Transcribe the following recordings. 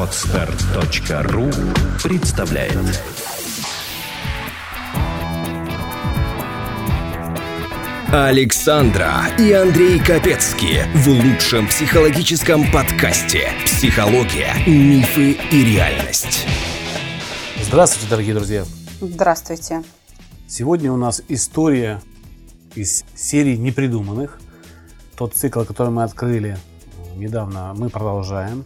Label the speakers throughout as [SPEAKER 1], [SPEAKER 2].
[SPEAKER 1] Podster.ru представляет. Александра и Андрей Капецки в лучшем психологическом подкасте «Психология, мифы и реальность».
[SPEAKER 2] Здравствуйте, дорогие друзья!
[SPEAKER 3] Здравствуйте!
[SPEAKER 2] Сегодня у нас история из серии «Непридуманных». Тот цикл, который мы открыли недавно, мы продолжаем.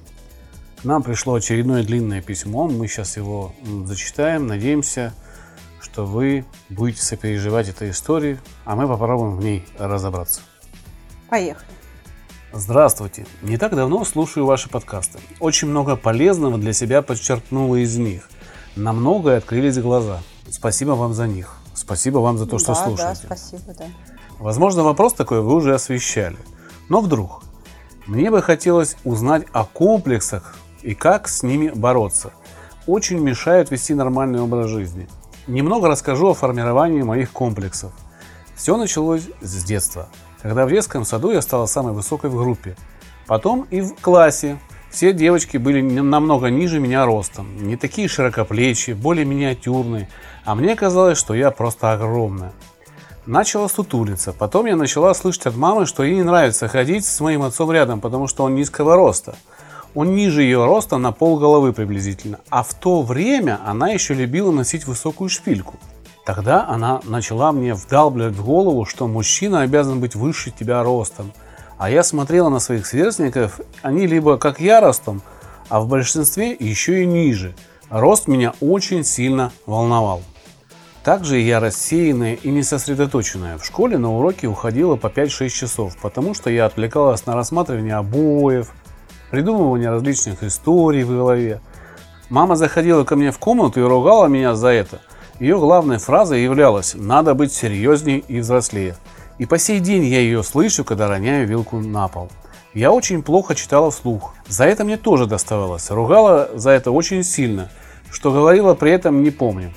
[SPEAKER 2] К нам пришло очередное длинное письмо. Мы сейчас его зачитаем. Надеемся, что вы будете сопереживать этой истории, а мы попробуем в ней разобраться.
[SPEAKER 3] Поехали.
[SPEAKER 2] Здравствуйте. Не так давно слушаю ваши подкасты. Очень много полезного для себя подчеркнула из них. На многое открылись глаза. Спасибо вам за них. Спасибо вам за то, что слушаете.
[SPEAKER 3] Да, спасибо, да.
[SPEAKER 2] Возможно, вопрос такой вы уже освещали. Но вдруг. Мне бы хотелось узнать о комплексах и как с ними бороться. Очень мешают вести нормальный образ жизни. Немного расскажу о формировании моих комплексов. Все началось с детства, когда в детском саду я стала самой высокой в группе. Потом и в классе. Все девочки были намного ниже меня ростом, не такие широкоплечие, более миниатюрные, а мне казалось, что я просто огромная. Начала сутулиться, потом я начала слышать от мамы, что ей не нравится ходить с моим отцом рядом, потому что он низкого роста. Он ниже ее роста на полголовы приблизительно, а в то время она еще любила носить высокую шпильку. Тогда она начала мне вдалбливать в голову, что мужчина обязан быть выше тебя ростом. А я смотрела на своих сверстников, они либо как я ростом, а в большинстве еще и ниже. Рост меня очень сильно волновал. Также я рассеянная и не сосредоточенная. В школе на уроки уходила по 5-6 часов, потому что я отвлекалась на рассматривание обоев, придумывание различных историй в голове. Мама заходила ко мне в комнату и ругала меня за это. Ее главной фразой являлась «надо быть серьезнее и взрослее». И по сей день я ее слышу, когда роняю вилку на пол. Я очень плохо читала вслух. За это мне тоже доставалось. Ругала за это очень сильно. Что говорила при этом, не помню.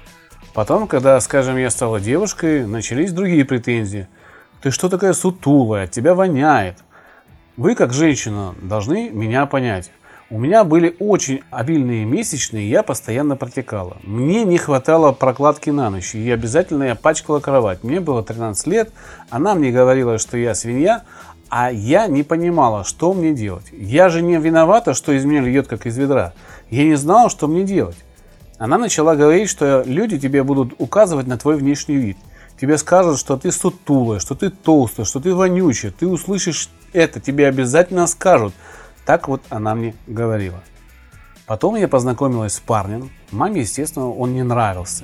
[SPEAKER 2] Потом, когда, скажем, я стала девушкой, начались другие претензии. Ты что такая сутулая, от тебя воняет. Вы, как женщина, должны меня понять. У меня были очень обильные месячные, я постоянно протекала. Мне не хватало прокладки на ночь, и обязательно я пачкала кровать. Мне было 13 лет, она мне говорила, что я свинья, а я не понимала, что мне делать. Я же не виновата, что из меня льет, как из ведра. Я не знала, что мне делать. Она начала говорить, что люди тебе будут указывать на твой внешний вид. Тебе скажут, что ты сутулая, что ты толстая, что ты вонючая. Ты услышишь это, тебе обязательно скажут. Так вот она мне говорила. Потом я познакомилась с парнем. Маме, естественно, он не нравился.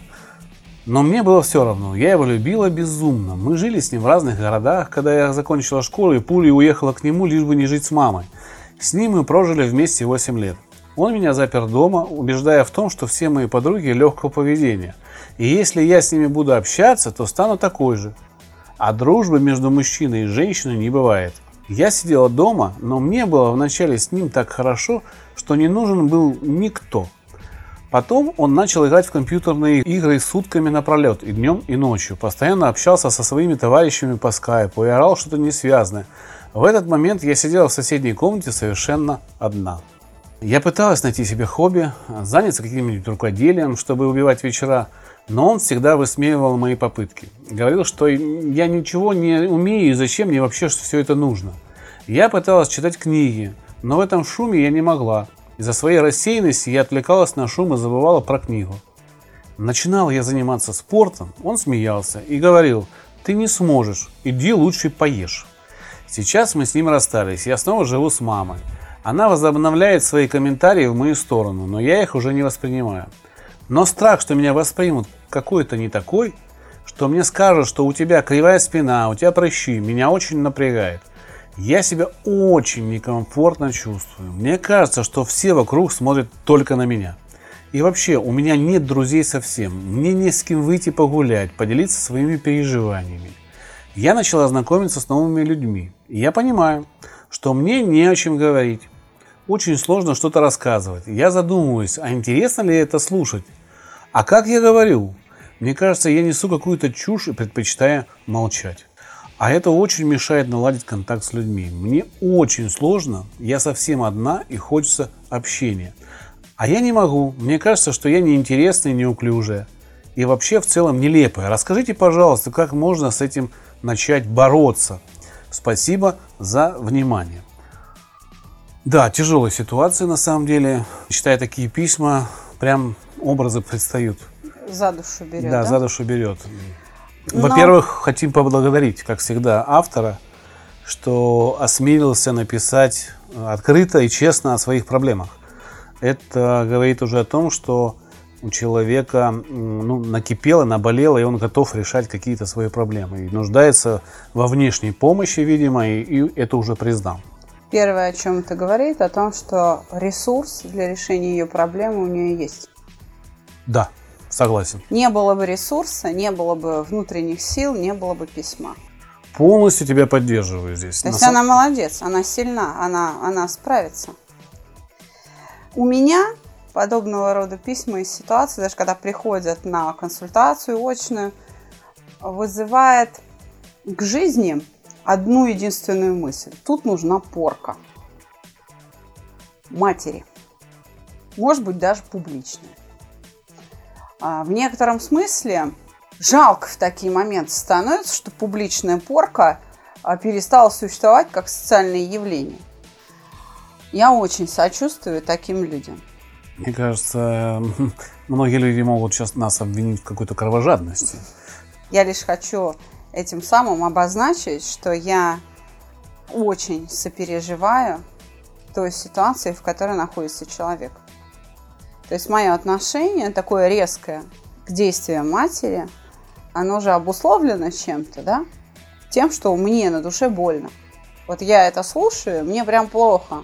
[SPEAKER 2] Но мне было все равно. Я его любила безумно. Мы жили с ним в разных городах. Когда я закончила школу и пулей уехала к нему, лишь бы не жить с мамой. С ним мы прожили вместе 8 лет. Он меня запер дома, убеждая в том, что все мои подруги легкого поведения. И если я с ними буду общаться, то стану такой же. А дружбы между мужчиной и женщиной не бывает. Я сидела дома, но мне было вначале с ним так хорошо, что не нужен был никто. Потом он начал играть в компьютерные игры сутками напролет, и днем, и ночью. Постоянно общался со своими товарищами по скайпу и орал что-то несвязное. В этот момент я сидела в соседней комнате совершенно одна. Я пыталась найти себе хобби, заняться каким-нибудь рукоделием, чтобы убивать вечера, но он всегда высмеивал мои попытки. Говорил, что я ничего не умею и зачем мне вообще все это нужно. Я пыталась читать книги, но в этом шуме я не могла. Из-за своей рассеянности я отвлекалась на шум и забывала про книгу. Начинал я заниматься спортом, он смеялся и говорил: «Ты не сможешь, иди лучше поешь». Сейчас мы с ним расстались, я снова живу с мамой. Она возобновляет свои комментарии в мою сторону, но я их уже не воспринимаю. Но страх, что меня воспримут какой-то не такой, что мне скажут, что у тебя кривая спина, у тебя прыщи, меня очень напрягает. Я себя очень некомфортно чувствую. Мне кажется, что все вокруг смотрят только на меня. И вообще, у меня нет друзей совсем. Мне не с кем выйти погулять, поделиться своими переживаниями. Я начала знакомиться с новыми людьми. И я понимаю, что мне не о чем говорить. Очень сложно что-то рассказывать. Я задумываюсь, а интересно ли это слушать? А как я говорю? Мне кажется, я несу какую-то чушь и предпочитаю молчать. А это очень мешает наладить контакт с людьми. Мне очень сложно, я совсем одна и хочется общения. А я не могу. Мне кажется, что я неинтересная, неуклюжая. И вообще в целом нелепая. Расскажите, пожалуйста, как можно с этим начать бороться? Спасибо за внимание. Да, тяжелая ситуация на самом деле. Читая такие письма, прям образы предстают.
[SPEAKER 3] За душу берет,
[SPEAKER 2] Да,
[SPEAKER 3] да?
[SPEAKER 2] за душу берет. Во-первых, хотим поблагодарить, как всегда, автора, что осмелился написать открыто и честно о своих проблемах. Это говорит уже о том, что у человека накипело, наболело, и он готов решать какие-то свои проблемы. И нуждается во внешней помощи, видимо, и это уже признал.
[SPEAKER 3] Первое, о чем это говорит, о том, что ресурс для решения ее проблемы у нее есть.
[SPEAKER 2] Да, согласен.
[SPEAKER 3] Не было бы ресурса, не было бы внутренних сил, не было бы письма.
[SPEAKER 2] Полностью тебя поддерживаю здесь.
[SPEAKER 3] То есть она молодец, она сильна, она справится. У меня подобного рода письма и ситуации, даже когда приходят на консультацию очную, вызывает к жизни одну единственную мысль. Тут нужна порка матери. Может быть, даже публичная. В некотором смысле жалко в такие моменты становится, что публичная порка перестала существовать как социальное явление. Я очень сочувствую таким людям.
[SPEAKER 2] Мне кажется, многие люди могут сейчас нас обвинить в какой-то кровожадности.
[SPEAKER 3] Я лишь хочу этим самым обозначить, что я очень сопереживаю той ситуации, в которой находится человек. То есть мое отношение такое резкое к действиям матери, оно же обусловлено чем-то, да? Тем, что мне на душе больно. Вот я это слушаю, мне прям плохо.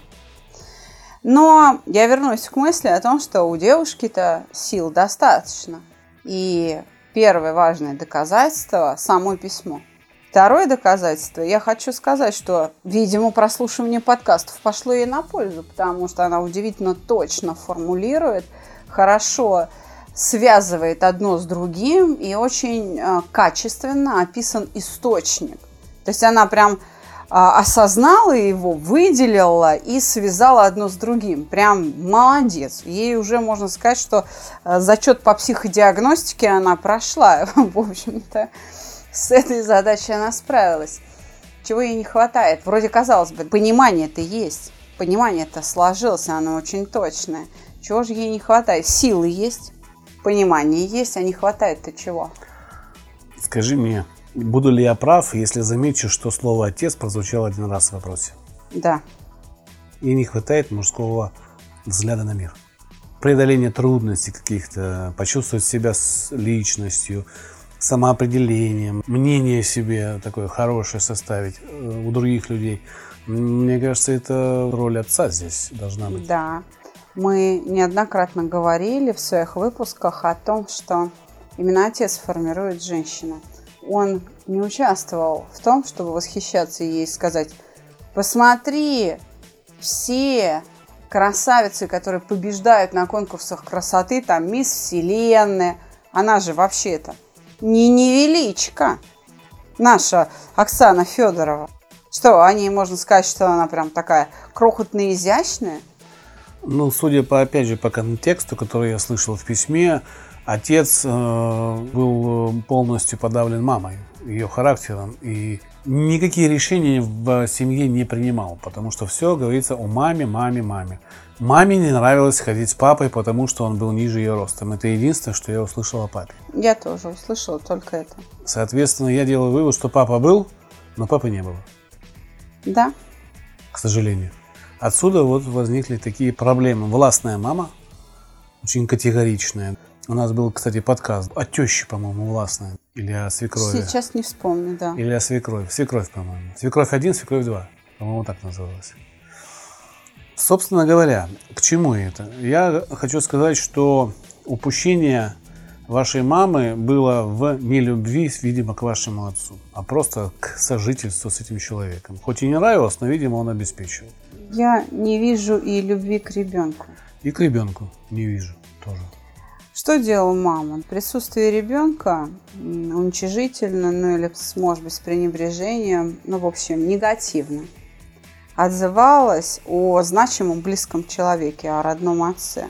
[SPEAKER 3] Но я вернусь к мысли о том, что у девушки-то сил достаточно. И первое важное доказательство – само письмо. Второе доказательство – я хочу сказать, что, видимо, прослушивание подкастов пошло ей на пользу, потому что она удивительно точно формулирует, хорошо связывает одно с другим и очень качественно описан источник. То есть она прям осознала его, выделила и связала одно с другим. Прям молодец. Ей уже можно сказать, что зачет по психодиагностике она прошла. В общем-то, с этой задачей она справилась. Чего ей не хватает? Вроде, казалось бы, понимание-то есть. Понимание-то сложилось, оно очень точное. Чего же ей не хватает? Силы есть, понимание есть, а не хватает-то чего?
[SPEAKER 2] Скажи мне, буду ли я прав, если замечу, что слово «отец» прозвучало один раз в вопросе?
[SPEAKER 3] Да.
[SPEAKER 2] Ей не хватает мужского взгляда на мир. Преодоление трудностей каких-то, почувствовать себя с личностью, самоопределением, мнение о себе такое хорошее составить у других людей. Мне кажется, это роль отца здесь должна быть.
[SPEAKER 3] Да. Мы неоднократно говорили в своих выпусках о том, что именно отец формирует женщину. Он не участвовал в том, чтобы восхищаться ей и сказать: посмотри, все красавицы, которые побеждают на конкурсах красоты, там мисс Вселенная, она же вообще-то не невеличка, наша Оксана Федорова. Что, о ней можно сказать, что она прям такая крохотная, изящная?
[SPEAKER 2] Ну, судя по, опять же, по контексту, который я слышал в письме, отец был полностью подавлен мамой, ее характером, и никакие решения в семье не принимал, потому что все говорится о маме, маме, маме. Маме не нравилось ходить с папой, потому что он был ниже ее ростом. Это единственное, что я услышал о папе.
[SPEAKER 3] Я тоже услышала только это.
[SPEAKER 2] Соответственно, я делаю вывод, что папа был, но папы не было.
[SPEAKER 3] Да.
[SPEAKER 2] К сожалению. Отсюда вот возникли такие проблемы. Властная мама, очень категоричная. У нас был, кстати, подкаст о теще, по-моему, властная. Или о свекрови.
[SPEAKER 3] Сейчас не вспомню, да.
[SPEAKER 2] Или о свекрови. Свекровь, по-моему. Свекровь 1, свекровь 2. По-моему, так называлось. Собственно говоря, к чему это? Я хочу сказать, что упущение вашей мамы было в нелюбви, видимо, к вашему отцу, а просто к сожительству с этим человеком. Хоть и не нравилось, но, видимо, он обеспечивал.
[SPEAKER 3] Я не вижу и любви к ребенку.
[SPEAKER 2] И к ребенку не вижу тоже.
[SPEAKER 3] Что делала мама? Присутствие ребенка уничижительно, ну или, может быть, с пренебрежением, ну, в общем, негативно отзывалась о значимом близком человеке, о родном отце.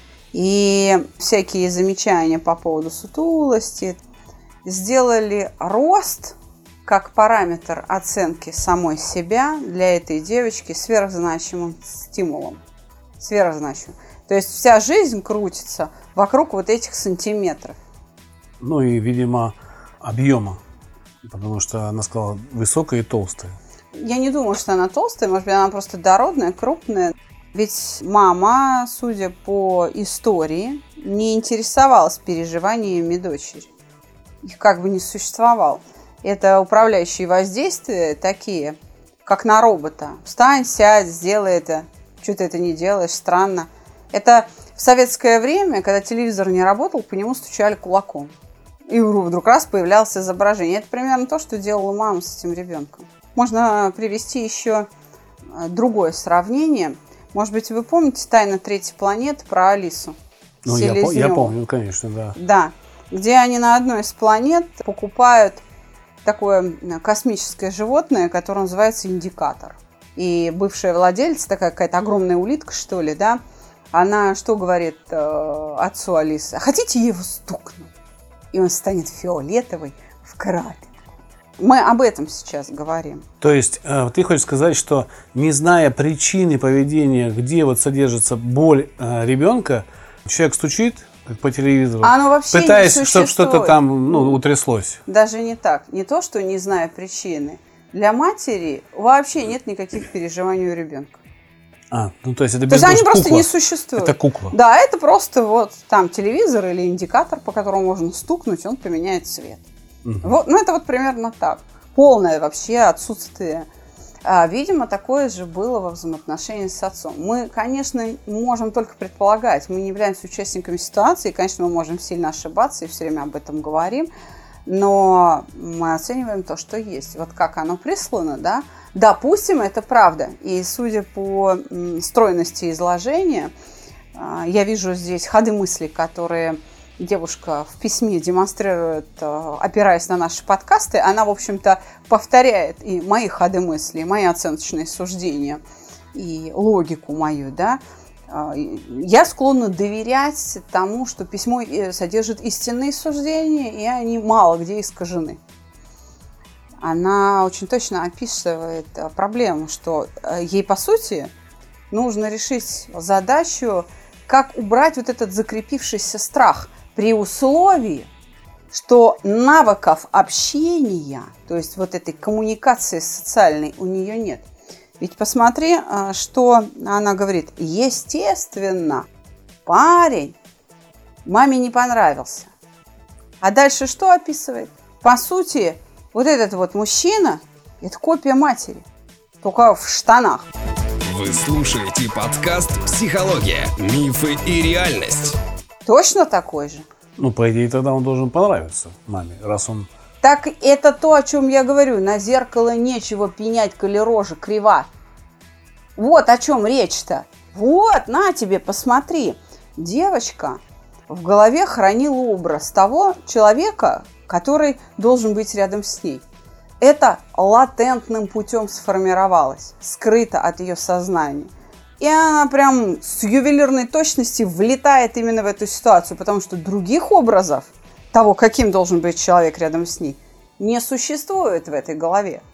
[SPEAKER 3] И всякие замечания по поводу сутулости сделали рост как параметр оценки самой себя для этой девочки сверхзначимым стимулом. Сверхзначимым. То есть вся жизнь крутится вокруг вот этих сантиметров.
[SPEAKER 2] Ну и, видимо, объема, потому что она сказала высокая и толстая.
[SPEAKER 3] Я не думаю, что она толстая, может быть, она просто дородная, крупная. Ведь мама, судя по истории, не интересовалась переживаниями дочери. Их как бы не существовало. Это управляющие воздействия такие, как на робота. Встань, сядь, сделай это. Что ты это не делаешь, странно. Это в советское время, когда телевизор не работал, по нему стучали кулаком. И вдруг раз появлялось изображение. Это примерно то, что делала мама с этим ребенком. Можно привести еще другое сравнение. Может быть, вы помните «Тайна третьей планеты» про Алису?
[SPEAKER 2] Ну, я помню, конечно, да.
[SPEAKER 3] Да, где они на одной из планет покупают такое космическое животное, которое называется индикатор. И бывшая владелица, такая какая-то огромная улитка, что ли, да, она что говорит отцу Алисы? Хотите его стукнуть? И он станет фиолетовый в крапинку. Мы об этом сейчас говорим.
[SPEAKER 2] То есть ты хочешь сказать, что не зная причины поведения, где вот содержится боль ребенка, человек стучит как по телевизору,
[SPEAKER 3] оно вообще
[SPEAKER 2] пытаясь,
[SPEAKER 3] не
[SPEAKER 2] чтобы что-то
[SPEAKER 3] существует.
[SPEAKER 2] там утряслось.
[SPEAKER 3] Даже не так. Не то, что не зная причины. Для матери вообще нет никаких переживаний у ребенка.
[SPEAKER 2] То есть это
[SPEAKER 3] То есть они просто не существуют.
[SPEAKER 2] Это кукла.
[SPEAKER 3] Да, это просто вот там телевизор или индикатор, по которому можно стукнуть, он поменяет цвет.
[SPEAKER 2] Угу.
[SPEAKER 3] Вот, ну, это вот примерно так. Полное вообще отсутствие. Видимо, такое же было во взаимоотношении с отцом. Мы, конечно, можем только предполагать. Мы не являемся участниками ситуации. Конечно, мы можем сильно ошибаться и все время об этом говорим. Но мы оцениваем то, что есть. Вот как оно прислано, да? Допустим, это правда. И судя по стройности изложения, я вижу здесь ходы мыслей, которые девушка в письме демонстрирует, опираясь на наши подкасты. Она, в общем-то, повторяет и мои ходы мыслей, мои оценочные суждения, и логику мою, да. Я склонна доверять тому, что письмо содержит истинные суждения, и они мало где искажены. Она очень точно описывает проблему, что ей, по сути, нужно решить задачу, как убрать вот этот закрепившийся страх при условии, что навыков общения, то есть вот этой коммуникации социальной у нее нет. Ведь посмотри, что она говорит. Естественно, парень маме не понравился. А дальше что описывает? По сути, вот этот вот мужчина – это копия матери, только в штанах.
[SPEAKER 1] Вы слушаете подкаст «Психология. Мифы и реальность».
[SPEAKER 3] Точно такой же?
[SPEAKER 2] Ну, по идее, тогда он должен понравиться маме, раз он...
[SPEAKER 3] Так это то, о чем я говорю. На зеркало нечего пенять, коли рожа крива. Вот о чем речь-то. Вот, на тебе, посмотри. Девочка в голове хранила образ того человека, который должен быть рядом с ней. Это латентным путем сформировалось, скрыто от ее сознания. И она прям с ювелирной точностью влетает именно в эту ситуацию, потому что других образов того, каким должен быть человек рядом с ней, не существует в этой голове.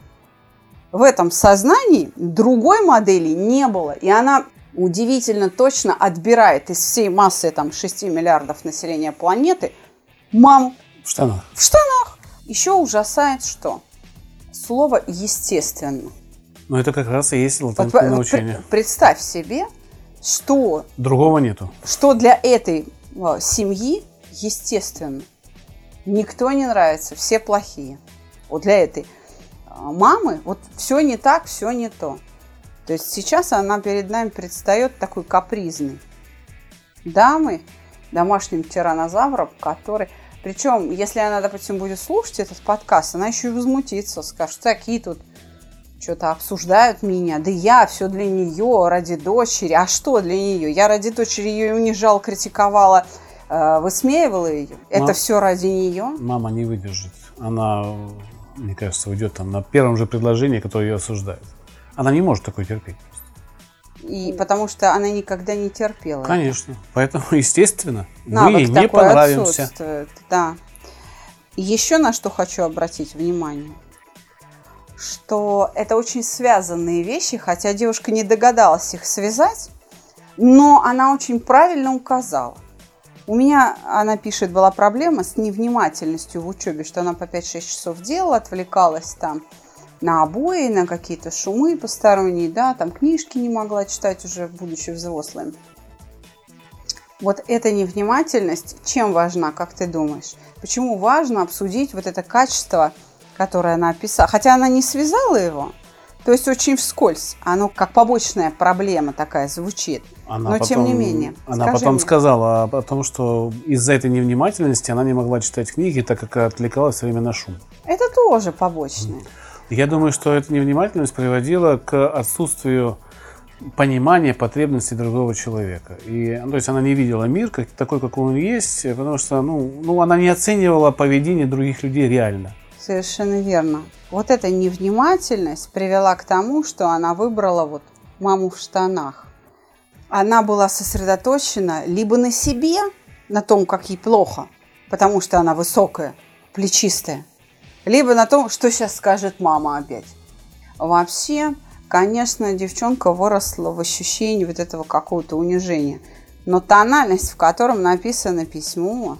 [SPEAKER 3] В этом сознании другой модели не было. И она удивительно точно отбирает из всей массы 6 миллиардов населения планеты маму.
[SPEAKER 2] В штанах.
[SPEAKER 3] В штанах. Еще ужасает что? Слово «естественно».
[SPEAKER 2] Но это как раз и есть латентное научение.
[SPEAKER 3] Представь себе, что...
[SPEAKER 2] Другого нету.
[SPEAKER 3] Что для этой семьи естественно. Никто не нравится, все плохие. Вот для этой мамы вот все не так, все не то. То есть сейчас она перед нами предстает такой капризной дамой, домашним тираннозавром, который... Причем, если она, допустим, будет слушать этот подкаст, она еще и возмутится, скажет, такие тут что-то обсуждают меня. Да я все для нее, ради дочери. А что для нее? Я ради дочери ее унижала, критиковала, высмеивала ее. Это все ради нее.
[SPEAKER 2] Мама не выдержит. Она, мне кажется, уйдет там на первом же предложении, которое ее осуждает. Она не может такое терпеть.
[SPEAKER 3] И потому что она никогда не терпела.
[SPEAKER 2] Конечно. Поэтому, естественно, мы ей не понравимся.
[SPEAKER 3] Да. И еще на что хочу обратить внимание, что это очень связанные вещи, хотя девушка не догадалась их связать, но она очень правильно указала. У меня, она пишет, была проблема с невнимательностью в учебе, что она по 5-6 часов делала, отвлекалась там на обои, на какие-то шумы посторонние, да, там книжки не могла читать уже, будучи взрослым. Вот эта невнимательность чем важна, как ты думаешь? Почему важно обсудить вот это качество, которое она описала? Хотя она не связала его, то есть очень вскользь. Оно как побочная проблема такая звучит. Но тем не менее.
[SPEAKER 2] Она потом сказала о том, что из-за этой невнимательности она не могла читать книги, так как отвлекалась все время на шум.
[SPEAKER 3] Это тоже побочное.
[SPEAKER 2] Я думаю, что эта невнимательность приводила к отсутствию понимания потребностей другого человека. И, то есть она не видела мир как такой, какой он есть, потому что она не оценивала поведение других людей реально.
[SPEAKER 3] Совершенно верно. Вот эта невнимательность привела к тому, что она выбрала вот маму в штанах. Она была сосредоточена либо на себе, на том, как ей плохо, потому что она высокая, плечистая, либо на том, что сейчас скажет мама опять. Вообще, конечно, девчонка выросла в ощущении вот этого какого-то унижения. Но тональность, в котором написано письмо,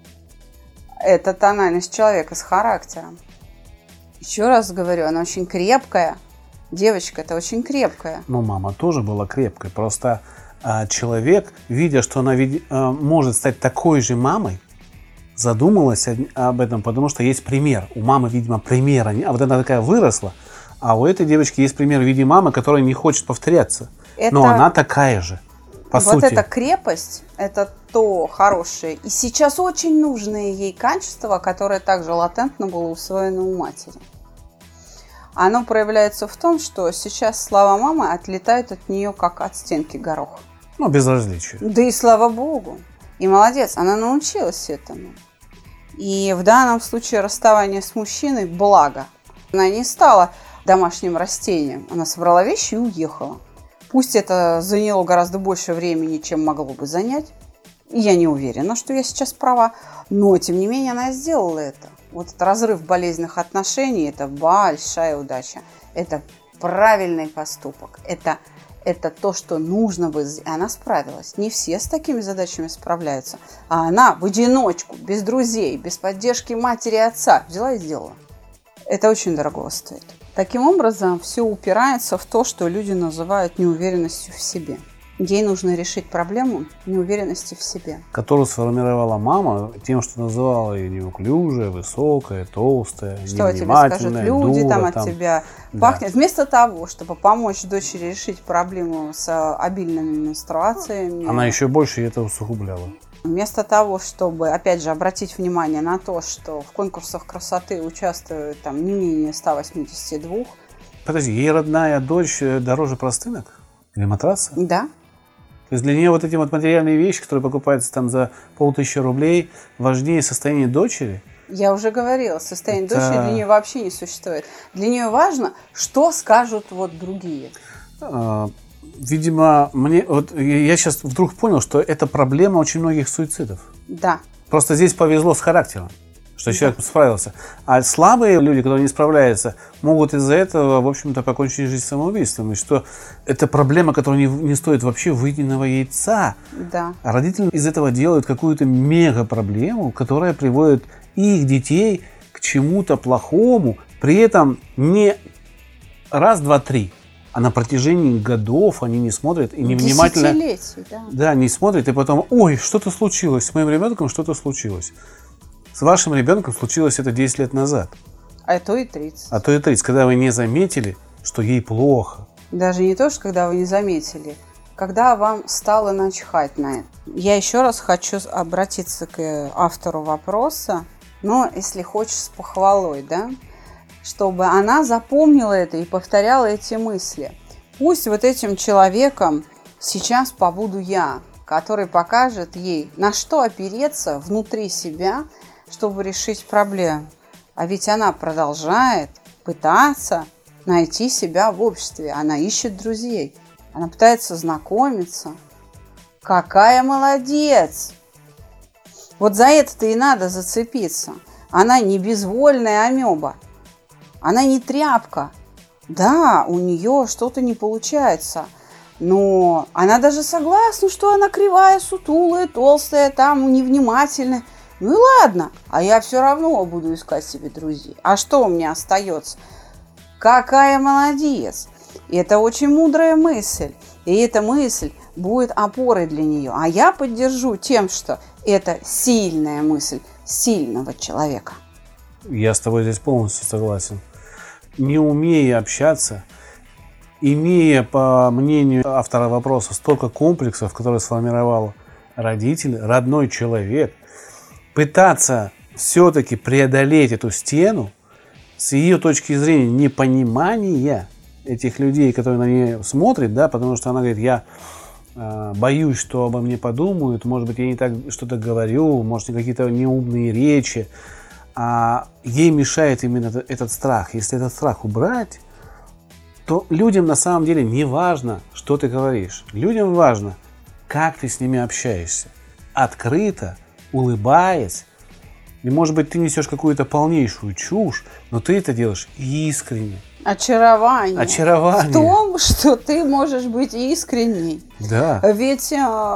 [SPEAKER 3] это тональность человека с характером. Еще раз говорю, она очень крепкая. Девочка-то очень крепкая.
[SPEAKER 2] Но мама тоже была крепкой. Просто человек, видя, что она может стать такой же мамой, задумалась об этом, потому что есть пример. У мамы, видимо, примера. А вот она такая выросла, а у этой девочки есть пример в виде мамы, которая не хочет повторяться. Но она такая же, по сути.
[SPEAKER 3] Вот эта крепость, это то хорошее. И сейчас очень нужное ей качество, которое также латентно было усвоено у матери. Оно проявляется в том, что сейчас слова мамы отлетают от нее, как от стенки гороха.
[SPEAKER 2] Безразличие.
[SPEAKER 3] Да и слава богу. И молодец, она научилась этому. И в данном случае расставание с мужчиной – благо. Она не стала домашним растением. Она собрала вещи и уехала. Пусть это заняло гораздо больше времени, чем могло бы занять. И я не уверена, что я сейчас права. Но, тем не менее, она сделала это. Вот этот разрыв болезненных отношений – это большая удача. Это правильный поступок. Это то, что нужно бы. И она справилась. Не все с такими задачами справляются. А она в одиночку, без друзей, без поддержки матери и отца взяла и сделала. Это очень дорого стоит. Таким образом, все упирается в то, что люди называют неуверенностью в себе. Ей нужно решить проблему неуверенности в себе.
[SPEAKER 2] Которую сформировала мама тем, что называла ее неуклюжая, высокая, толстая,
[SPEAKER 3] что
[SPEAKER 2] невнимательная,
[SPEAKER 3] тебе скажут люди,
[SPEAKER 2] дура,
[SPEAKER 3] от тебя пахнет. Вместо того, чтобы помочь дочери решить проблему с обильными менструациями.
[SPEAKER 2] Она еще больше это усугубляла.
[SPEAKER 3] Вместо того, чтобы, опять же, обратить внимание на то, что в конкурсах красоты участвуют не менее 182.
[SPEAKER 2] Подожди, ей родная дочь дороже простынок? Или матраса?
[SPEAKER 3] Да.
[SPEAKER 2] То есть для нее вот эти вот материальные вещи, которые покупаются за 500 рублей, важнее состояние дочери?
[SPEAKER 3] Я уже говорила, состояние дочери для нее вообще не существует. Для нее важно, что скажут другие.
[SPEAKER 2] Видимо, я сейчас вдруг понял, что это проблема очень многих суицидов.
[SPEAKER 3] Да.
[SPEAKER 2] Просто здесь повезло с характером, что человек справился. А слабые люди, которые не справляются, могут из-за этого, в общем-то, покончить жизнь самоубийством. И что это проблема, которая не стоит вообще выеденного яйца.
[SPEAKER 3] Да.
[SPEAKER 2] А родители из этого делают какую-то мега-проблему, которая приводит их детей к чему-то плохому, при этом не раз, два, три, а на протяжении годов они не смотрят и невнимательно.
[SPEAKER 3] Десятилетий, да.
[SPEAKER 2] Да, не смотрят, и потом, ой, что-то случилось, с моим ребенком что-то случилось. С вашим ребенком случилось это 10 лет назад.
[SPEAKER 3] А то и 30.
[SPEAKER 2] А то и 30, когда вы не заметили, что ей плохо.
[SPEAKER 3] Даже не то, что когда вы не заметили, когда вам стало начхать на это. Я еще раз хочу обратиться к автору вопроса, но если хочешь с похвалой, да, чтобы она запомнила это и повторяла эти мысли. Пусть вот этим человеком сейчас побуду я, который покажет ей, на что опереться внутри себя, чтобы решить проблему. А ведь она продолжает пытаться найти себя в обществе. Она ищет друзей. Она пытается знакомиться. Какая молодец! Вот за это-то и надо зацепиться. Она не безвольная амеба. Она не тряпка. Да, у нее что-то не получается. Но она даже согласна, что она кривая, сутулая, толстая, там невнимательная. Ну и ладно, а я все равно буду искать себе друзей. А что у меня остается? Какая молодец! И это очень мудрая мысль. И эта мысль будет опорой для нее. А я поддержу тем, что это сильная мысль сильного человека.
[SPEAKER 2] Я с тобой здесь полностью согласен. Не умея общаться, имея, по мнению автора вопроса, столько комплексов, которые сформировал родитель, родной человек, пытаться все-таки преодолеть эту стену с ее точки зрения непонимания этих людей, которые на нее смотрят, да, потому что она говорит, я боюсь, что обо мне подумают, может быть, я не так что-то говорю, может, какие-то неумные речи, а ей мешает именно этот страх. Если этот страх убрать, то людям на самом деле не важно, что ты говоришь. Людям важно, как ты с ними общаешься. Открыто, улыбаясь. И, может быть, ты несешь какую-то полнейшую чушь, но ты это делаешь искренне.
[SPEAKER 3] Очарование.
[SPEAKER 2] Очарование.
[SPEAKER 3] В том, что ты можешь быть искренней.
[SPEAKER 2] Да.
[SPEAKER 3] Ведь,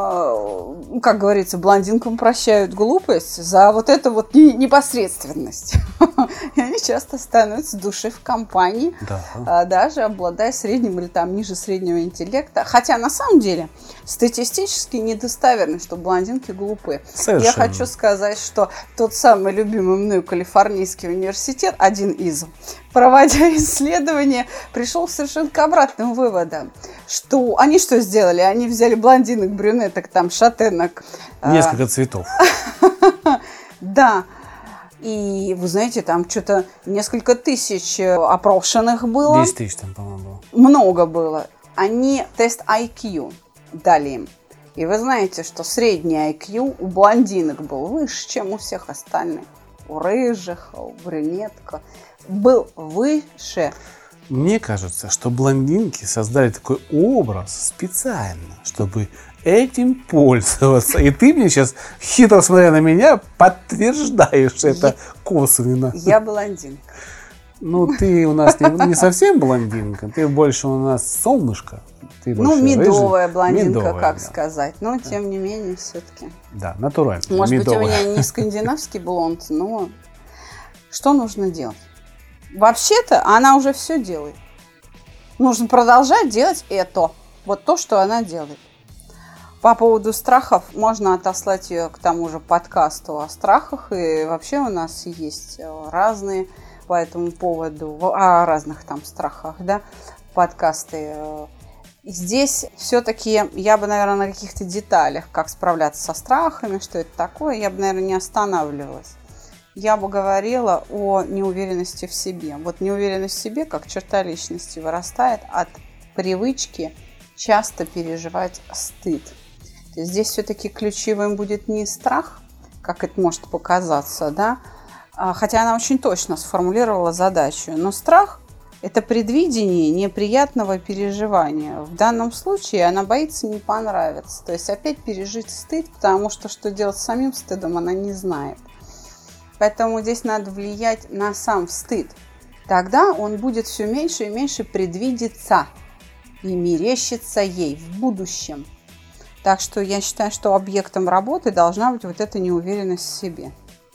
[SPEAKER 3] как говорится, блондинкам прощают глупость за вот эту вот непосредственность. И они часто становятся душой в компании,
[SPEAKER 2] да.
[SPEAKER 3] Даже обладая средним или там ниже среднего интеллекта. Хотя на самом деле статистически недостоверно, что блондинки глупы.
[SPEAKER 2] Совершенно.
[SPEAKER 3] Я хочу сказать, что тот самый любимый мною Калифорнийский университет, один из, проводя исследование, пришел совершенно к обратным выводам. Что они что сделали? Они взяли блондинок, брюнеток, там, шатенок.
[SPEAKER 2] Несколько цветов.
[SPEAKER 3] Да. И, вы знаете, там что-то несколько тысяч опрошенных было.
[SPEAKER 2] 10 тысяч там, по-моему, было.
[SPEAKER 3] Много было. Они тест IQ дали им. И вы знаете, что средний IQ у блондинок был выше, чем у всех остальных. У рыжих, у брюнеток. Был выше.
[SPEAKER 2] Мне кажется, что блондинки создали такой образ специально, чтобы этим пользоваться. И ты мне сейчас, хитро смотря на меня, подтверждаешь это косвенно.
[SPEAKER 3] Я блондинка.
[SPEAKER 2] Ну, ты у нас не совсем блондинка, ты больше у нас солнышко. Ты
[SPEAKER 3] медовая блондинка,
[SPEAKER 2] медовая,
[SPEAKER 3] как
[SPEAKER 2] да.
[SPEAKER 3] сказать. Но, тем не менее, все-таки.
[SPEAKER 2] Да, натурально.
[SPEAKER 3] Может
[SPEAKER 2] медовая.
[SPEAKER 3] быть, у меня не скандинавский блонд, но что нужно делать? Вообще-то она уже все делает. Нужно продолжать делать это. Вот то, что она делает. По поводу страхов, можно отослать ее к тому же подкасту о страхах. И вообще у нас есть разные по этому поводу, о разных там страхах, да, подкасты. Здесь все-таки я бы, наверное, на каких-то деталях, как справляться со страхами, что это такое, я бы, наверное, не останавливалась. Я бы говорила о неуверенности в себе. Вот неуверенность в себе, как черта личности, вырастает от привычки часто переживать стыд. То есть здесь все-таки ключевым будет не страх, как это может показаться, да, хотя она очень точно сформулировала задачу, но страх – это предвидение неприятного переживания. В данном случае она боится не понравиться, то есть опять пережить стыд, потому что делать с самим стыдом она не знает. Поэтому здесь надо влиять на сам стыд. Тогда он будет все меньше и меньше предвидеться и мерещиться ей в будущем. Так что я считаю, что объектом работы должна быть вот эта неуверенность в себе.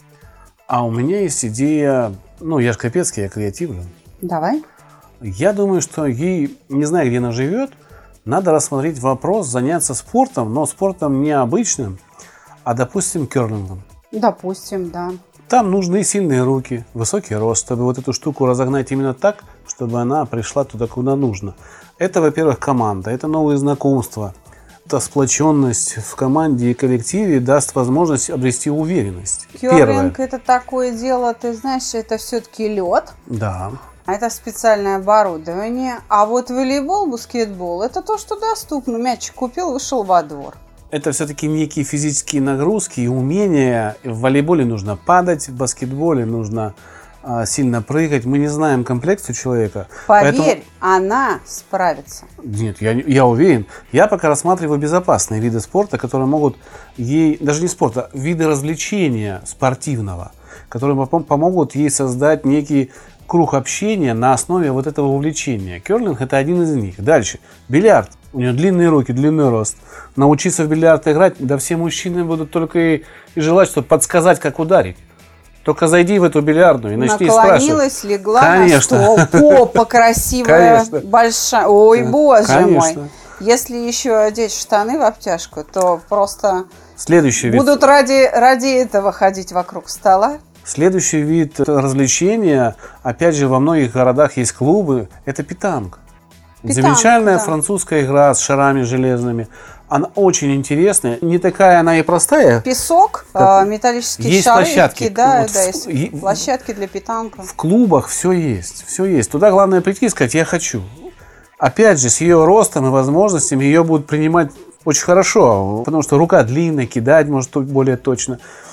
[SPEAKER 2] А у меня есть идея, я же Капецкий, я креативный.
[SPEAKER 3] Давай.
[SPEAKER 2] Я думаю, что ей, не знаю, где она живет, надо рассмотреть вопрос, заняться спортом, но спортом не обычным, а, допустим, керлингом.
[SPEAKER 3] Допустим, да.
[SPEAKER 2] Там нужны сильные руки, высокий рост, чтобы вот эту штуку разогнать именно так, чтобы она пришла туда, куда нужно. Это, во-первых, команда, это новые знакомства. Эта сплоченность в команде и коллективе даст возможность обрести уверенность.
[SPEAKER 3] Керлинг – это такое дело, ты знаешь, это все-таки лед.
[SPEAKER 2] Да.
[SPEAKER 3] Это специальное оборудование. А вот волейбол, баскетбол – это то, что доступно. Мячик купил, вышел во двор.
[SPEAKER 2] это все-таки некие физические нагрузки и умения. В волейболе нужно падать, в баскетболе нужно сильно прыгать. Мы не знаем комплекцию человека.
[SPEAKER 3] Поверь, она справится.
[SPEAKER 2] Нет, я уверен. Я пока рассматриваю безопасные виды спорта, которые могут ей, даже не спорта, виды развлечения спортивного, которые помогут ей создать некий круг общения на основе вот этого увлечения. Керлинг – это один из них. Дальше. Бильярд. У нее длинные руки, длинный рост. Научиться в бильярд играть, да все мужчины будут только и желать, чтобы подсказать, как ударить. Только зайди в эту бильярдную и начни спрашивать.
[SPEAKER 3] Наклонилась, легла
[SPEAKER 2] Конечно.
[SPEAKER 3] на стол. Попа красивая,
[SPEAKER 2] Конечно.
[SPEAKER 3] большая. Ой, боже
[SPEAKER 2] Конечно.
[SPEAKER 3] мой. Если еще одеть штаны в обтяжку, то просто
[SPEAKER 2] Следующий вид.
[SPEAKER 3] будут ради этого ходить вокруг стола.
[SPEAKER 2] Следующий вид развлечения, опять же, во многих городах есть клубы, это питанг. Замечательная французская игра с шарами железными. Она очень интересная, не такая она и простая.
[SPEAKER 3] Песок, металлические
[SPEAKER 2] есть
[SPEAKER 3] шары,
[SPEAKER 2] площадки.
[SPEAKER 3] кидают,
[SPEAKER 2] Вот
[SPEAKER 3] есть площадки для питанга.
[SPEAKER 2] В клубах все есть, все есть. Туда главное прийти и сказать: я хочу. Опять же, с ее ростом и возможностями ее будут принимать очень хорошо, потому что рука длинная, кидать может более точно.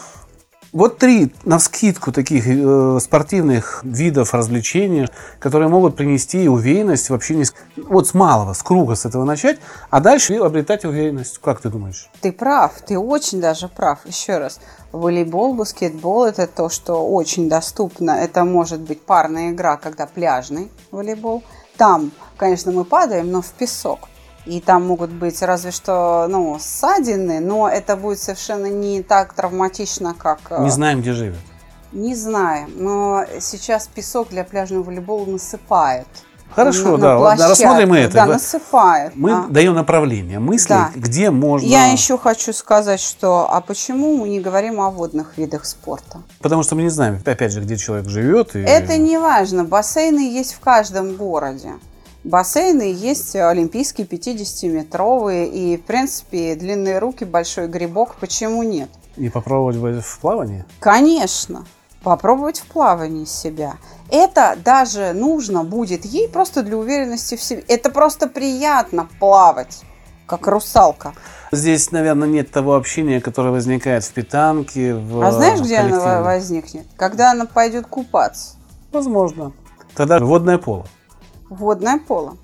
[SPEAKER 2] Вот 3 навскидку таких спортивных видов развлечения, которые могут принести уверенность в общении. Вот с малого, с круга, с этого начать, а дальше обретать уверенность. Как ты думаешь?
[SPEAKER 3] Ты прав, ты очень даже прав. Еще раз, волейбол, баскетбол – это то, что очень доступно. Это может быть парная игра, когда пляжный волейбол. Там, конечно, мы падаем, но в песок. И там могут быть разве что ссадины, но это будет совершенно не так травматично, как...
[SPEAKER 2] Не знаем, где живет.
[SPEAKER 3] Не знаем, но сейчас песок для пляжного волейбола насыпают.
[SPEAKER 2] Хорошо, да, ладно, рассмотрим мы это.
[SPEAKER 3] Да, насыпают.
[SPEAKER 2] Мы даем направление, мысли,
[SPEAKER 3] да.
[SPEAKER 2] где можно...
[SPEAKER 3] Я еще хочу сказать, что, а почему мы не говорим о водных видах спорта?
[SPEAKER 2] Потому что мы не знаем, опять же, где человек живет. И...
[SPEAKER 3] Это не важно, бассейны есть в каждом городе. Бассейны есть олимпийские 50-метровые, и, в принципе, длинные руки, большой грибок, почему нет?
[SPEAKER 2] И попробовать в плавании?
[SPEAKER 3] Конечно, попробовать в плавании себя. Это даже нужно будет ей просто для уверенности в себе. Это просто приятно плавать, как русалка.
[SPEAKER 2] Здесь, наверное, нет того общения, которое возникает в питанке,
[SPEAKER 3] А знаешь, где оно возникнет? Когда она пойдет купаться.
[SPEAKER 2] Возможно. Тогда водное поло.
[SPEAKER 3] Водное поло.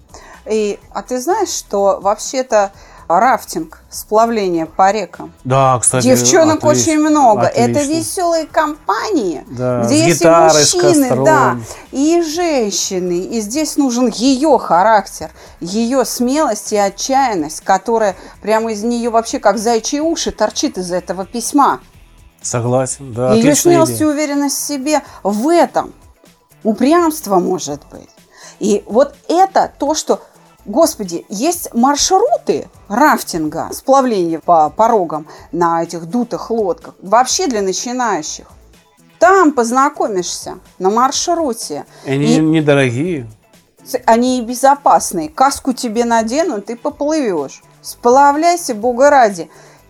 [SPEAKER 3] А ты знаешь, что вообще-то рафтинг, сплавление по рекам.
[SPEAKER 2] Да, кстати.
[SPEAKER 3] Девчонок очень много.
[SPEAKER 2] Отлично.
[SPEAKER 3] Это веселые компании,
[SPEAKER 2] да,
[SPEAKER 3] где есть
[SPEAKER 2] гитарой,
[SPEAKER 3] и мужчины, да, и женщины. И здесь нужен ее характер, ее смелость и отчаянность, которая прямо из нее вообще как заячьи уши торчит из этого письма.
[SPEAKER 2] Согласен, да.
[SPEAKER 3] Ее смелость
[SPEAKER 2] идея.
[SPEAKER 3] и уверенность в себе в этом. Упрямство может быть. И вот это то, что, господи, есть маршруты рафтинга, сплавления по порогам на этих дутых лодках, вообще для начинающих. Там познакомишься на маршруте.
[SPEAKER 2] Они недорогие.
[SPEAKER 3] Они и безопасные. Каску тебе наденут, ты поплывешь. Сплавляйся, бога ради.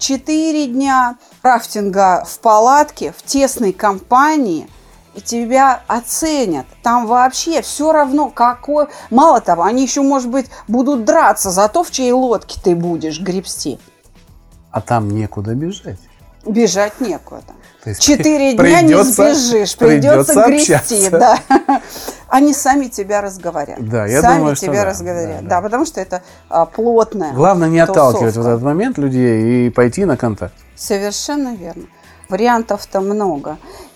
[SPEAKER 3] 4 дня рафтинга в палатке, в тесной компании – и тебя оценят. Там вообще все равно какой... Мало того, они еще, может быть, будут драться за то, в чьей лодке ты будешь гребсти.
[SPEAKER 2] А там некуда бежать.
[SPEAKER 3] Бежать некуда.
[SPEAKER 2] 4
[SPEAKER 3] дня не сбежишь, придется грести. Да. Они сами тебя разговорят.
[SPEAKER 2] Да, я
[SPEAKER 3] сами
[SPEAKER 2] думаю,
[SPEAKER 3] тебя
[SPEAKER 2] что
[SPEAKER 3] разговорят. Да, потому что это плотная
[SPEAKER 2] Главное не отталкивать
[SPEAKER 3] тусовка.
[SPEAKER 2] в этот момент людей и пойти на контакт.
[SPEAKER 3] Совершенно верно. Вариантов-то много.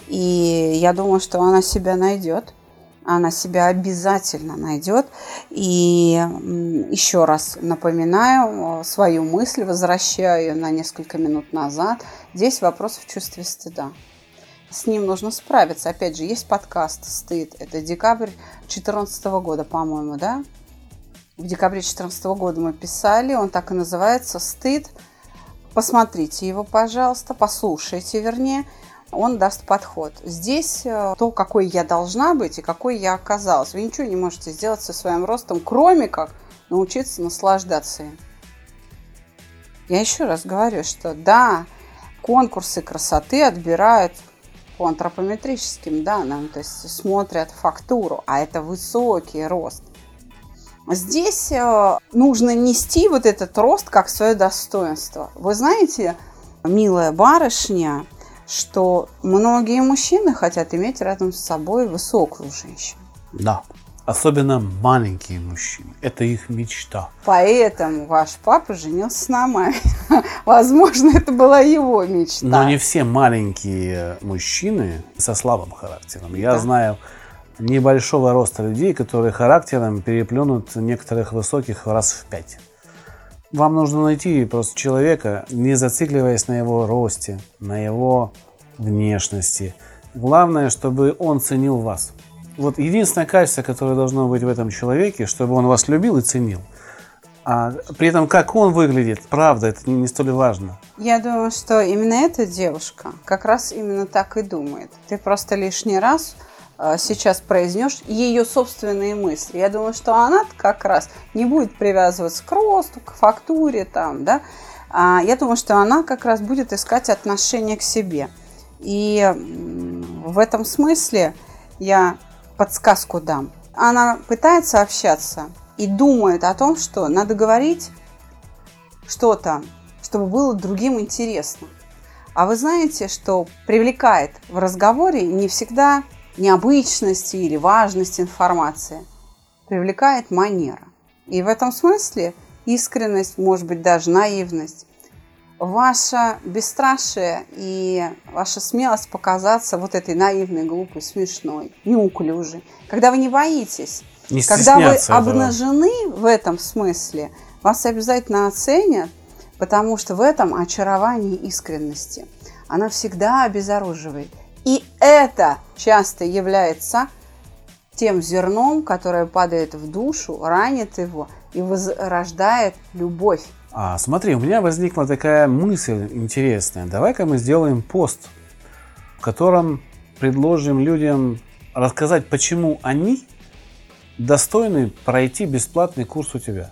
[SPEAKER 3] И я думаю, что она себя найдет. Она себя обязательно найдет. И еще раз напоминаю свою мысль, возвращаю ее на несколько минут назад. Здесь вопрос в чувстве стыда. С ним нужно справиться. Опять же, есть подкаст «Стыд». Это декабрь 2014 года, по-моему, да? В декабре 2014 года мы писали. Он так и называется «Стыд». Посмотрите его, пожалуйста. Послушайте, вернее. Он даст подход. Здесь то, какой я должна быть и какой я оказалась. Вы ничего не можете сделать со своим ростом, кроме как научиться наслаждаться им. Я еще раз говорю, что да, конкурсы красоты отбирают по антропометрическим данным, то есть смотрят фактуру, а это высокий рост. Здесь нужно нести вот этот рост как свое достоинство. Вы знаете, милая барышня, что многие мужчины хотят иметь рядом с собой высокую женщину.
[SPEAKER 2] Да. Особенно маленькие мужчины. Это их мечта.
[SPEAKER 3] Поэтому ваш папа женился на маме. Возможно, это была его мечта.
[SPEAKER 2] Но не все маленькие мужчины со слабым характером. Я знаю небольшого роста людей, которые характером переплюнут некоторых высоких раз в 5. Вам нужно найти просто человека, не зацикливаясь на его росте, на его внешности. Главное, чтобы он ценил вас. Вот единственное качество, которое должно быть в этом человеке, чтобы он вас любил и ценил. А при этом, как он выглядит, правда, это не столь важно.
[SPEAKER 3] Я думаю, что именно эта девушка как раз именно так и думает. Ты просто лишний раз сейчас произнешь ее собственные мысли. Я думаю, что она как раз не будет привязываться к росту, к фактуре, там, да. Я думаю, что она как раз будет искать отношение к себе. И в этом смысле я подсказку дам. Она пытается общаться и думает о том, что надо говорить что-то, чтобы было другим интересно. А вы знаете, что привлекает в разговоре не всегда необычность или важность информации. Привлекает манера. И в этом смысле искренность, может быть, даже наивность. Ваше бесстрашие и ваша смелость показаться вот этой наивной, глупой, смешной, неуклюжей. Когда вы не боитесь, когда вы обнажены в этом смысле, вас обязательно оценят, потому что в этом очарование искренности. Она всегда обезоруживает. И это часто является тем зерном, которое падает в душу, ранит его и возрождает любовь.
[SPEAKER 2] Смотри, у меня возникла такая мысль интересная. Давай-ка мы сделаем пост, в котором предложим людям рассказать, почему они достойны пройти бесплатный курс у тебя.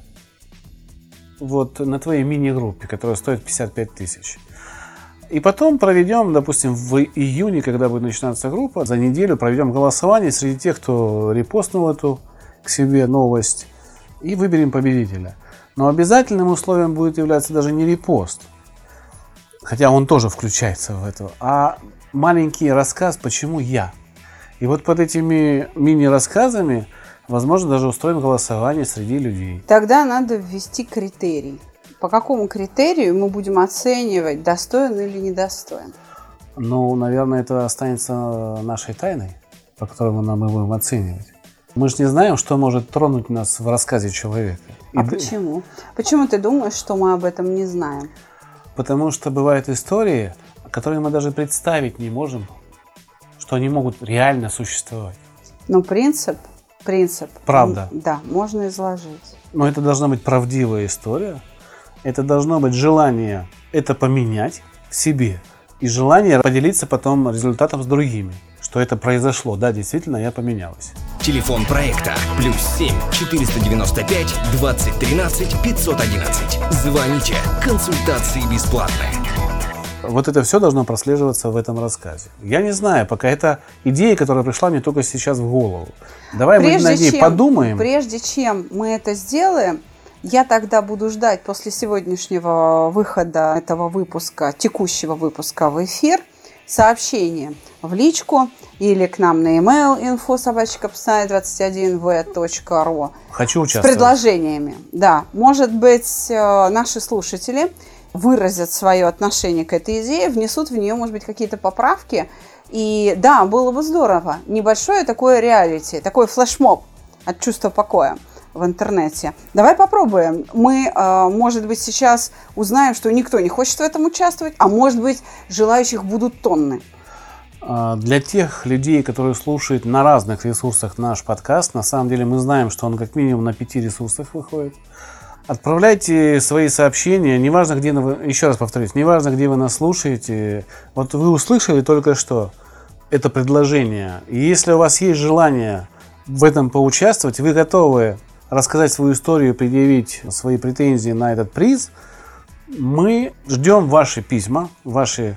[SPEAKER 2] Вот на твоей мини-группе, которая стоит 55 тысяч. И потом проведем, допустим, в июне, когда будет начинаться группа, за неделю проведем голосование среди тех, кто репостнул эту к себе новость, и выберем победителя. Но обязательным условием будет являться даже не репост, хотя он тоже включается в это, а маленький рассказ «Почему я?». И вот под этими мини-рассказами, возможно, даже устроим голосование среди людей.
[SPEAKER 3] Тогда надо ввести критерий. По какому критерию мы будем оценивать, достоин или недостоин?
[SPEAKER 2] Ну, наверное, это останется нашей тайной, по которой мы будем оценивать. Мы же не знаем, что может тронуть нас в рассказе человека.
[SPEAKER 3] Почему? Почему ты думаешь, что мы об этом не знаем?
[SPEAKER 2] Потому что бывают истории, которые мы даже представить не можем, что они могут реально существовать.
[SPEAKER 3] Но принцип.
[SPEAKER 2] Правда.
[SPEAKER 3] Да, можно изложить.
[SPEAKER 2] Но это должна быть правдивая история. Это должно быть желание это поменять в себе. И желание поделиться потом результатом с другими. Что это произошло. Да, действительно, я поменялась.
[SPEAKER 1] Телефон проекта +7 495 2013 511. Звоните. Консультации бесплатные.
[SPEAKER 2] Вот это все должно прослеживаться в этом рассказе. Я не знаю, пока это идея, которая пришла мне только сейчас в голову. Давай мы над ней подумаем.
[SPEAKER 3] Прежде чем мы это сделаем, я тогда буду ждать после сегодняшнего выхода этого выпуска, текущего выпуска в эфир, сообщение в личку или к нам на e-mail info@psai21v.ru.
[SPEAKER 2] Хочу участвовать.
[SPEAKER 3] С предложениями. Да, может быть, наши слушатели выразят свое отношение к этой идее, внесут в нее, может быть, какие-то поправки. И да, было бы здорово. Небольшое такое реалити, такой флешмоб от чувства покоя в интернете. Давай попробуем. Мы, может быть, сейчас узнаем, что никто не хочет в этом участвовать, а может быть, желающих будут тонны.
[SPEAKER 2] Для тех людей, которые слушают на разных ресурсах наш подкаст, на самом деле мы знаем, что он как минимум на 5 ресурсах выходит. Отправляйте свои сообщения, неважно, где вы, еще раз повторюсь, неважно, где вы нас слушаете. Вот вы услышали только что это предложение. И если у вас есть желание в этом поучаствовать, вы готовы рассказать свою историю, предъявить свои претензии на этот приз, мы ждем ваши письма, ваше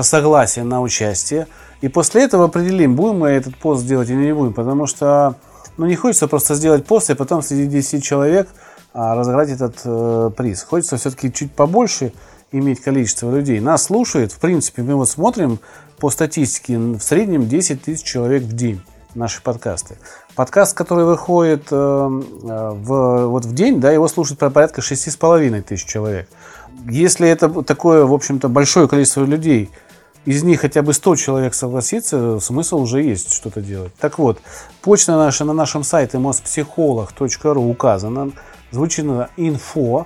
[SPEAKER 2] согласие на участие. И после этого определим, будем мы этот пост делать или не будем. Потому что Ну, не хочется просто сделать пост и потом среди 10 человек разыграть этот приз. Хочется все-таки чуть побольше иметь количество людей. Нас слушает, в принципе, мы вот смотрим по статистике, в среднем 10 тысяч человек в день наши подкасты. Подкаст, который выходит в день, да, его слушает порядка 6,5 тысяч человек. Если это такое, в общем-то, большое количество людей, из них хотя бы 100 человек согласится, смысл уже есть что-то делать. Так вот, почта наша на нашем сайте mospsycholog.ru указана. Звучит на info,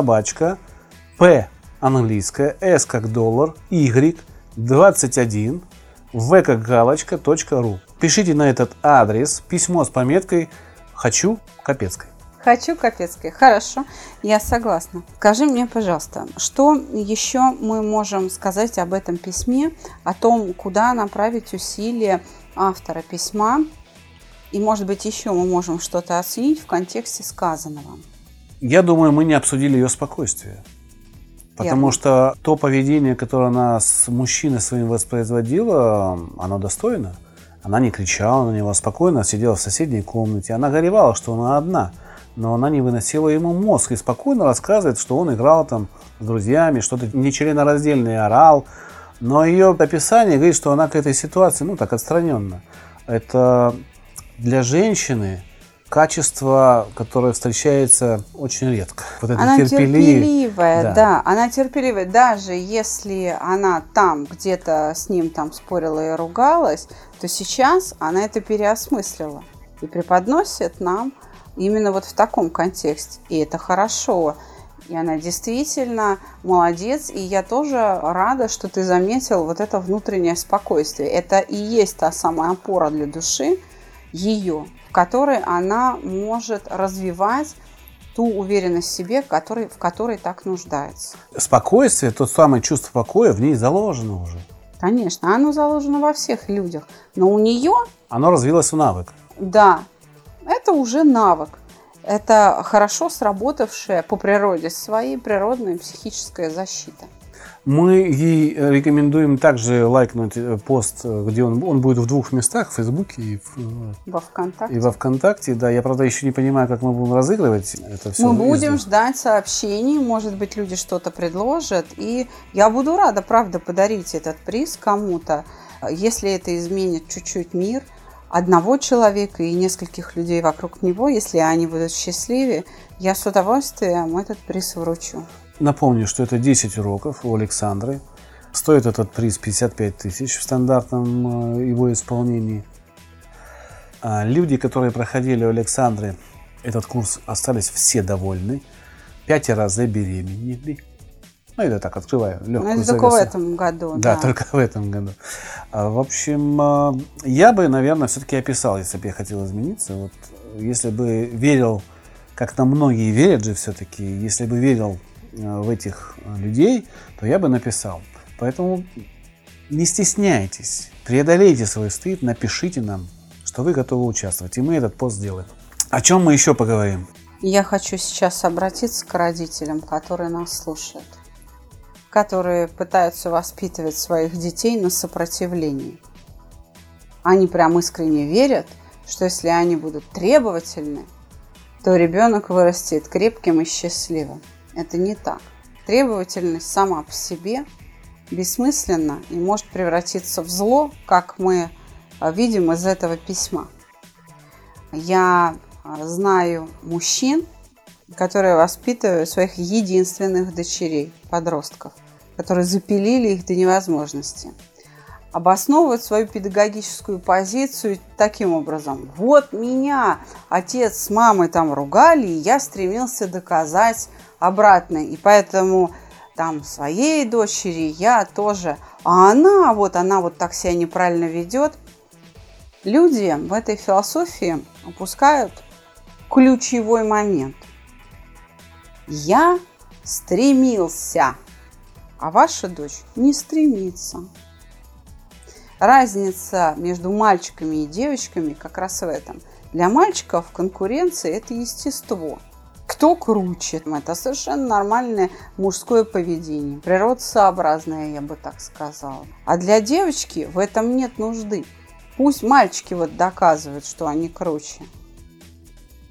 [SPEAKER 2] P английская, S как доллар, Y 21, V как галочка, .ru. Пишите на этот адрес письмо с пометкой «Хочу Капецкой».
[SPEAKER 3] Хочу Капецкой. Хорошо, я согласна. Скажи мне, пожалуйста, что еще мы можем сказать об этом письме, о том, куда направить усилия автора письма, и, может быть, еще мы можем что-то оценить в контексте сказанного?
[SPEAKER 2] Я думаю, мы не обсудили ее спокойствие. Потому что то поведение, которое она с мужчиной своим воспроизводила, оно достойно. Она не кричала на него, спокойно сидела в соседней комнате. Она горевала, что она одна. Но она не выносила ему мозг и спокойно рассказывает, что он играл там с друзьями, что-то нечленораздельное орал. Но ее описание говорит, что она к этой ситуации, так отстраненно. Это для женщины качество, которое встречается очень редко. Вот это
[SPEAKER 3] она терпеливая, да. Она терпеливая. Даже если она там где-то с ним там спорила и ругалась, то сейчас она это переосмыслила и преподносит нам именно вот в таком контексте. И это хорошо. И она действительно молодец. И я тоже рада, что ты заметил вот это внутреннее спокойствие. Это и есть та самая опора для души ее, в которой она может развивать ту уверенность в себе, в которой так нуждается.
[SPEAKER 2] Спокойствие, то самое чувство покоя в ней заложено уже.
[SPEAKER 3] Конечно, оно заложено во всех людях. Но у нее...
[SPEAKER 2] Оно развилось в навык.
[SPEAKER 3] Да, это уже навык. Это хорошо сработавшая по природе своей природная психическая защита.
[SPEAKER 2] Мы ей рекомендуем также лайкнуть пост, где он будет в двух местах, в Фейсбуке и во ВКонтакте. Да, я, правда, еще не понимаю, как мы будем разыгрывать это все.
[SPEAKER 3] Мы будем ждать сообщений, может быть, люди что-то предложат. И я буду рада, правда, подарить этот приз кому-то, если это изменит чуть-чуть мир одного человека и нескольких людей вокруг него. Если они будут счастливы, я с удовольствием этот приз вручу.
[SPEAKER 2] Напомню, что это 10 уроков у Александры. Стоит этот приз 55 тысяч в стандартном его исполнении. Люди, которые проходили у Александры этот курс, остались все довольны. 5 раз забеременели. Это так, открываю легкую завесу.
[SPEAKER 3] Только в этом году.
[SPEAKER 2] Да, только в этом году. В общем, я бы, наверное, все-таки описал, если бы я хотел измениться. Вот, если бы верил, как нам многие верят же все-таки, если бы верил в этих людей, то я бы написал. Поэтому не стесняйтесь, преодолейте свой стыд, напишите нам, что вы готовы участвовать, и мы этот пост сделаем. О чем мы еще поговорим?
[SPEAKER 3] Я хочу сейчас обратиться к родителям, которые нас слушают, которые пытаются воспитывать своих детей на сопротивлении. Они прям искренне верят, что если они будут требовательны, то ребенок вырастет крепким и счастливым. Это не так. Требовательность сама по себе бессмысленна и может превратиться в зло, как мы видим из этого письма. Я знаю мужчин, которые воспитывают своих единственных дочерей, подростков, которые запилили их до невозможности. Обосновывают свою педагогическую позицию таким образом. Вот меня отец с мамой там ругали, и я стремился доказать обратное. И поэтому там своей дочери я тоже. А она вот так себя неправильно ведет. Люди в этой философии упускают ключевой момент. Я стремился, а ваша дочь не стремится. Разница между мальчиками и девочками как раз в этом. Для мальчиков конкуренция – это естество. Кто круче? Это совершенно нормальное мужское поведение, природосообразное, я бы так сказала. А для девочки в этом нет нужды. Пусть мальчики доказывают, что они круче.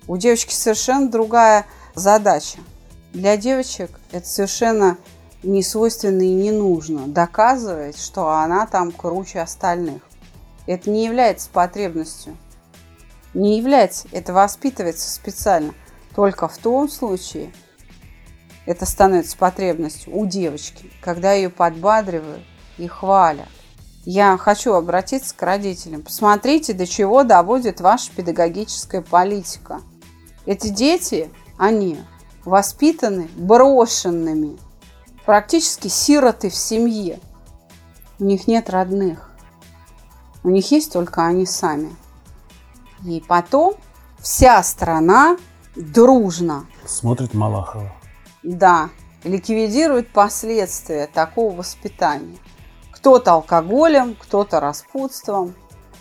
[SPEAKER 3] У девочки совершенно другая задача. Для девочек это совершенно не свойственно и не нужно доказывать, что она там круче остальных. Это не является потребностью. Не является. Это воспитывается специально. Только в том случае это становится потребностью у девочки, когда ее подбадривают и хвалят. Я хочу обратиться к родителям. Посмотрите, до чего доводит ваша педагогическая политика. Эти дети, они воспитаны брошенными, практически сироты в семье. У них нет родных. У них есть только они сами. И потом вся страна дружно
[SPEAKER 2] Смотрит Малахова.
[SPEAKER 3] Да, ликвидирует последствия такого воспитания. Кто-то алкоголем, кто-то распутством,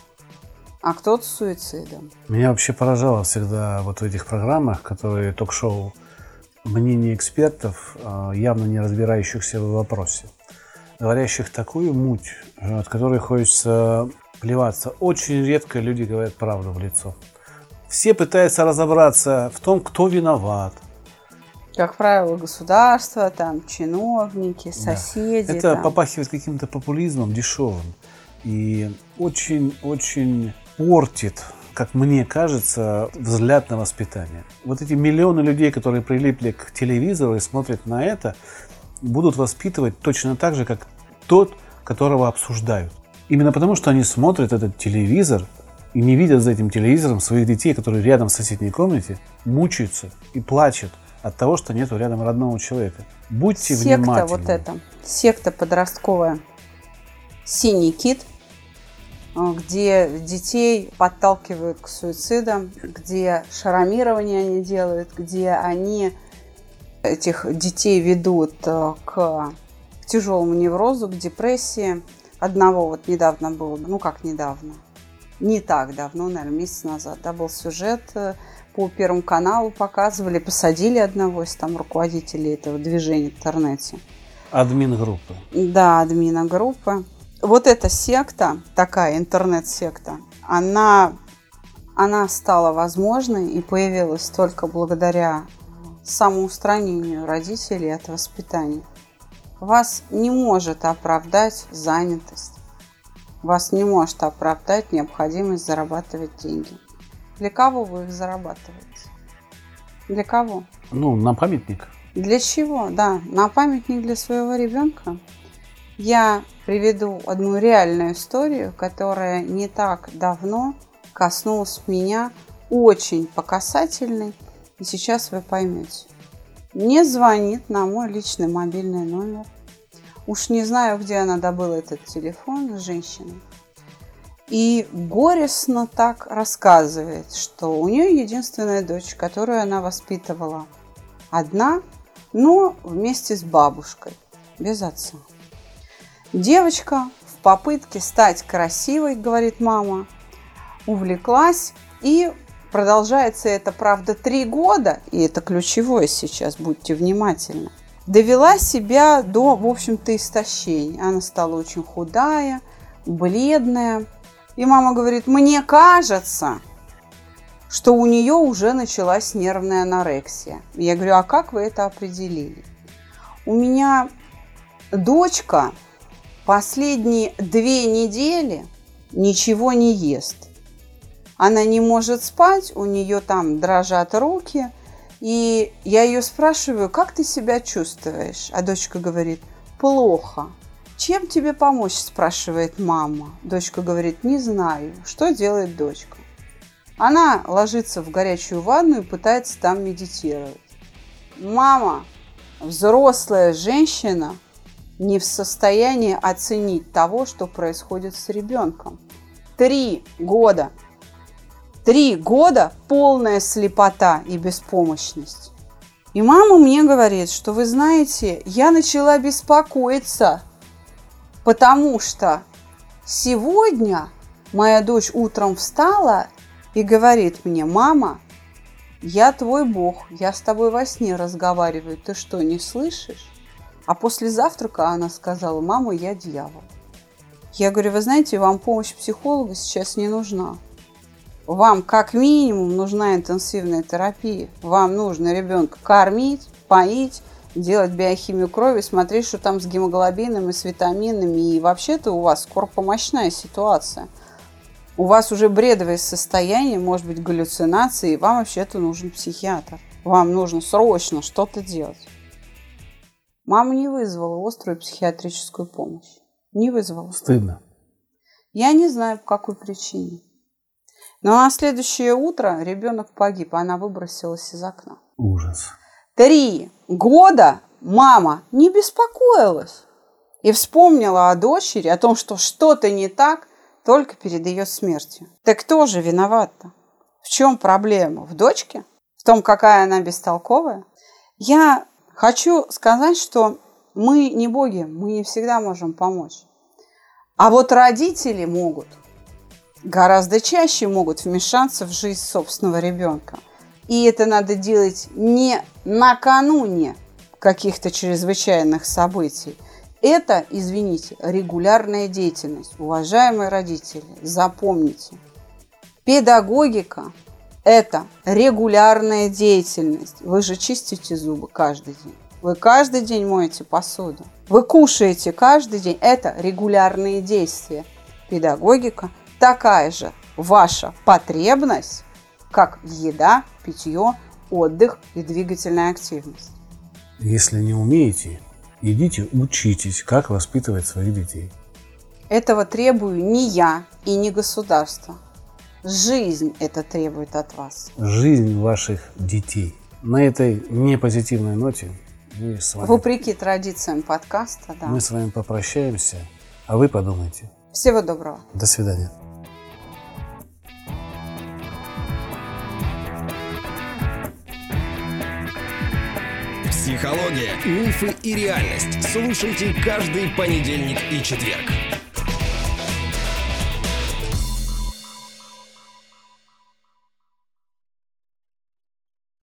[SPEAKER 3] а кто-то суицидом.
[SPEAKER 2] Меня вообще поражало всегда вот в этих программах, которые ток-шоу, мнение экспертов, явно не разбирающихся в вопросе, говорящих такую муть, от которой хочется плеваться. Очень редко люди говорят правду в лицо. Все пытаются разобраться в том, кто виноват.
[SPEAKER 3] Как правило, государство, там, чиновники, соседи.
[SPEAKER 2] Да. Это
[SPEAKER 3] там.
[SPEAKER 2] попахивает каким-то популизмом дешевым. И очень-очень портит, как мне кажется, взгляд на воспитание. Вот эти миллионы людей, которые прилипли к телевизору и смотрят на это, будут воспитывать точно так же, как тот, которого обсуждают. Именно потому, что они смотрят этот телевизор и не видят за этим телевизором своих детей, которые рядом в соседней комнате мучаются и плачут от того, что нету рядом родного человека. Будьте внимательны.
[SPEAKER 3] Вот эта секта подростковая «Синий кит», где детей подталкивают к суицидам, где шаромирование они делают, где они этих детей ведут к тяжелому неврозу, к депрессии. Одного вот недавно было, не так давно, наверное, месяц назад, да, был сюжет, по Первому каналу показывали, посадили одного из там руководителей этого движения в интернете.
[SPEAKER 2] Админ группы.
[SPEAKER 3] Да, админа группы. Вот эта секта, такая интернет-секта, она стала возможной и появилась только благодаря самоустранению родителей от воспитания. Вас не может оправдать занятость. Вас не может оправдать необходимость зарабатывать деньги. Для кого вы их зарабатываете? Для кого?
[SPEAKER 2] На памятник.
[SPEAKER 3] Для чего? Да, на памятник для своего ребенка. Я приведу одну реальную историю, которая не так давно коснулась меня, очень по касательной, и сейчас вы поймете. Мне звонит на мой личный мобильный номер. Уж не знаю, где она добыла этот телефон, женщина. И горестно так рассказывает, что у нее единственная дочь, которую она воспитывала одна, но вместе с бабушкой, без отца. Девочка в попытке стать красивой, говорит мама, увлеклась, и продолжается это, правда, 3 года, и это ключевое сейчас, будьте внимательны. Довела себя до, в общем-то, истощения. Она стала очень худая, бледная. И мама говорит, мне кажется, что у нее уже началась нервная анорексия. Я говорю, а как вы это определили? У меня дочка последние 2 недели ничего не ест. Она не может спать, у нее там дрожат руки. И я ее спрашиваю, как ты себя чувствуешь? А дочка говорит, плохо. Чем тебе помочь, спрашивает мама. Дочка говорит, не знаю. Что делает дочка? Она ложится в горячую ванну и пытается там медитировать. Мама, взрослая женщина, не в состоянии оценить того, что происходит с ребенком. 3 года. 3 года полная слепота и беспомощность. И мама мне говорит, что вы знаете, я начала беспокоиться, потому что сегодня моя дочь утром встала и говорит мне, мама, я твой Бог, я с тобой во сне разговариваю, ты что, не слышишь? А после завтрака она сказала, мама, я дьявол. Я говорю, вы знаете, вам помощь психолога сейчас не нужна. вам как минимум нужна интенсивная терапия. Вам нужно ребенка кормить, поить, делать биохимию крови, смотреть, что там с гемоглобином и с витаминами. И вообще-то у вас скоропомощная ситуация. У вас уже бредовое состояние, может быть, галлюцинации, и вам вообще-то нужен психиатр. Вам нужно срочно что-то делать. Мама не вызвала острую психиатрическую помощь. Не вызвала.
[SPEAKER 2] Стыдно.
[SPEAKER 3] Я не знаю, по какой причине. Но на следующее утро ребенок погиб, она выбросилась из окна.
[SPEAKER 2] Ужас.
[SPEAKER 3] 3 года мама не беспокоилась и вспомнила о дочери, о том, что что-то не так только перед ее смертью. Так кто же виноват-то? В чем проблема? В дочке? В том, какая она бестолковая? Я хочу сказать, что мы не боги, мы не всегда можем помочь. А вот родители могут, гораздо чаще могут вмешаться в жизнь собственного ребенка. И это надо делать не накануне каких-то чрезвычайных событий. Это, извините, регулярная деятельность. Уважаемые родители, запомните. Педагогика – это регулярная деятельность. Вы же чистите зубы каждый день. Вы каждый день моете посуду. Вы кушаете каждый день. Это регулярные действия. Педагогика – такая же ваша потребность, как еда, питье, отдых и двигательная активность.
[SPEAKER 2] Если не умеете, идите учитесь, как воспитывать своих детей.
[SPEAKER 3] Этого требую не я и не государство. Жизнь это требует от вас.
[SPEAKER 2] Жизнь ваших детей. На этой непозитивной ноте мы с вами,
[SPEAKER 3] вопреки традициям подкаста, да.
[SPEAKER 2] Мы с вами попрощаемся, а вы подумайте.
[SPEAKER 3] Всего доброго.
[SPEAKER 2] До свидания.
[SPEAKER 1] Психология, мифы и реальность. Слушайте каждый понедельник и четверг.